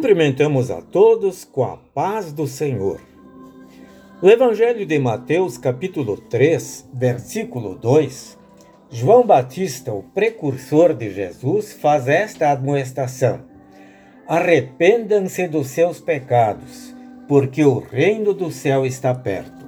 Cumprimentamos a todos com a paz do Senhor. No Evangelho de Mateus, capítulo 3, versículo 2, João Batista, o precursor de Jesus, faz esta admoestação: arrependam-se dos seus pecados, porque o reino do céu está perto.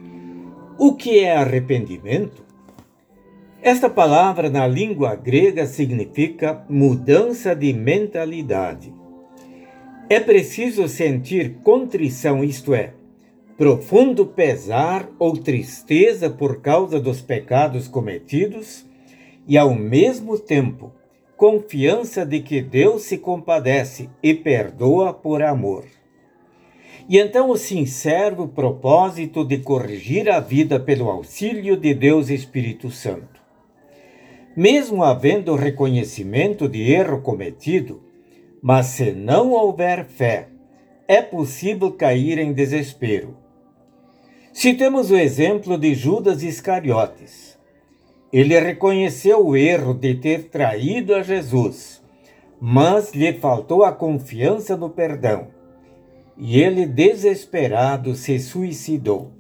O que é arrependimento? Esta palavra na língua grega significa mudança de mentalidade. É preciso sentir contrição, isto é, profundo pesar ou tristeza por causa dos pecados cometidos e, ao mesmo tempo, confiança de que Deus se compadece e perdoa por amor. E então o sincero propósito de corrigir a vida pelo auxílio de Deus Espírito Santo. Mesmo havendo reconhecimento de erro cometido, mas se não houver fé, é possível cair em desespero. Citemos o exemplo de Judas Iscariotes. Ele reconheceu o erro de ter traído a Jesus, mas lhe faltou a confiança no perdão, e ele, desesperado, se suicidou.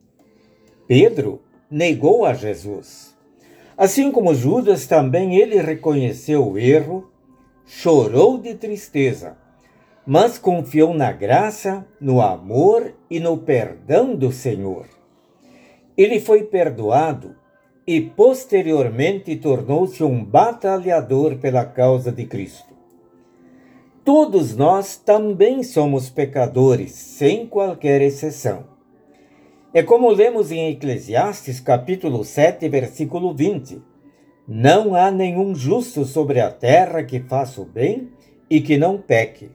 Pedro negou a Jesus. Assim como Judas, também ele reconheceu o erro, chorou de tristeza, mas confiou na graça, no amor e no perdão do Senhor. Ele foi perdoado e posteriormente tornou-se um batalhador pela causa de Cristo. Todos nós também somos pecadores, sem qualquer exceção. É como lemos em Eclesiastes, capítulo 7, versículo 20. Não há nenhum justo sobre a terra que faça o bem e que não peque.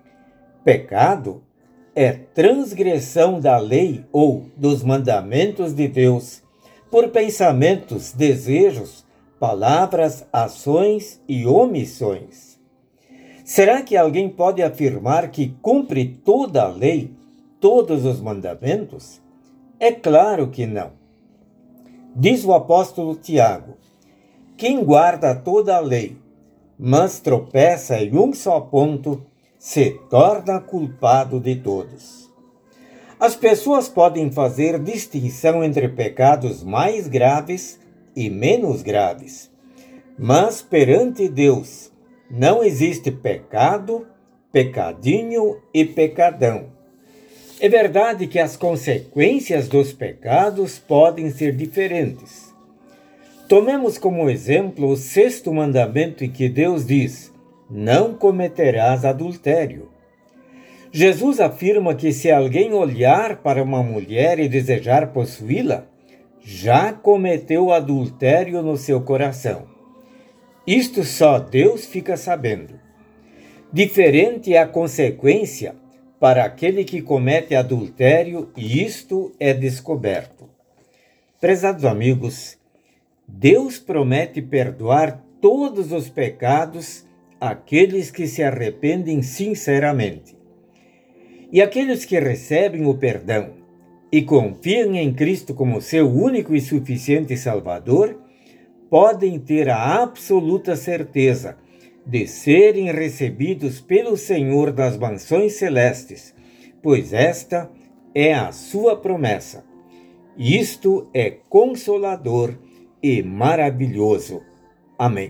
Pecado é transgressão da lei ou dos mandamentos de Deus por pensamentos, desejos, palavras, ações e omissões. Será que alguém pode afirmar que cumpre toda a lei, todos os mandamentos? É claro que não. Diz o apóstolo Tiago: quem guarda toda a lei, mas tropeça em um só ponto, se torna culpado de todos. As pessoas podem fazer distinção entre pecados mais graves e menos graves, mas perante Deus não existe pecado, pecadinho e pecadão. É verdade que as consequências dos pecados podem ser diferentes. Tomemos como exemplo o 6º mandamento em que Deus diz: não cometerás adultério. Jesus afirma que se alguém olhar para uma mulher e desejar possuí-la, já cometeu adultério no seu coração. Isto só Deus fica sabendo. Diferente é a consequência para aquele que comete adultério e isto é descoberto. Prezados amigos, Deus promete perdoar todos os pecados àqueles que se arrependem sinceramente. E aqueles que recebem o perdão e confiam em Cristo como seu único e suficiente Salvador, podem ter a absoluta certeza de serem recebidos pelo Senhor das mansões celestes, pois esta é a sua promessa. Isto é consolador e maravilhoso. Amém.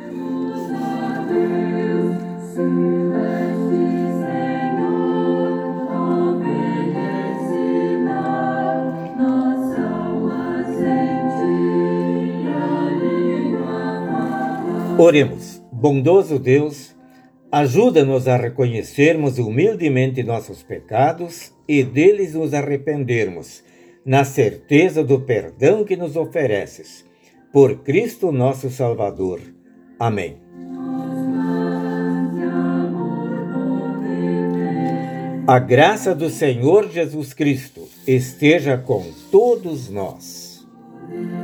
Oremos. Bondoso Deus, ajuda-nos a reconhecermos humildemente nossos pecados e deles nos arrependermos, na certeza do perdão que nos ofereces. Por Cristo nosso Salvador. Amém. A graça do Senhor Jesus Cristo esteja com todos nós.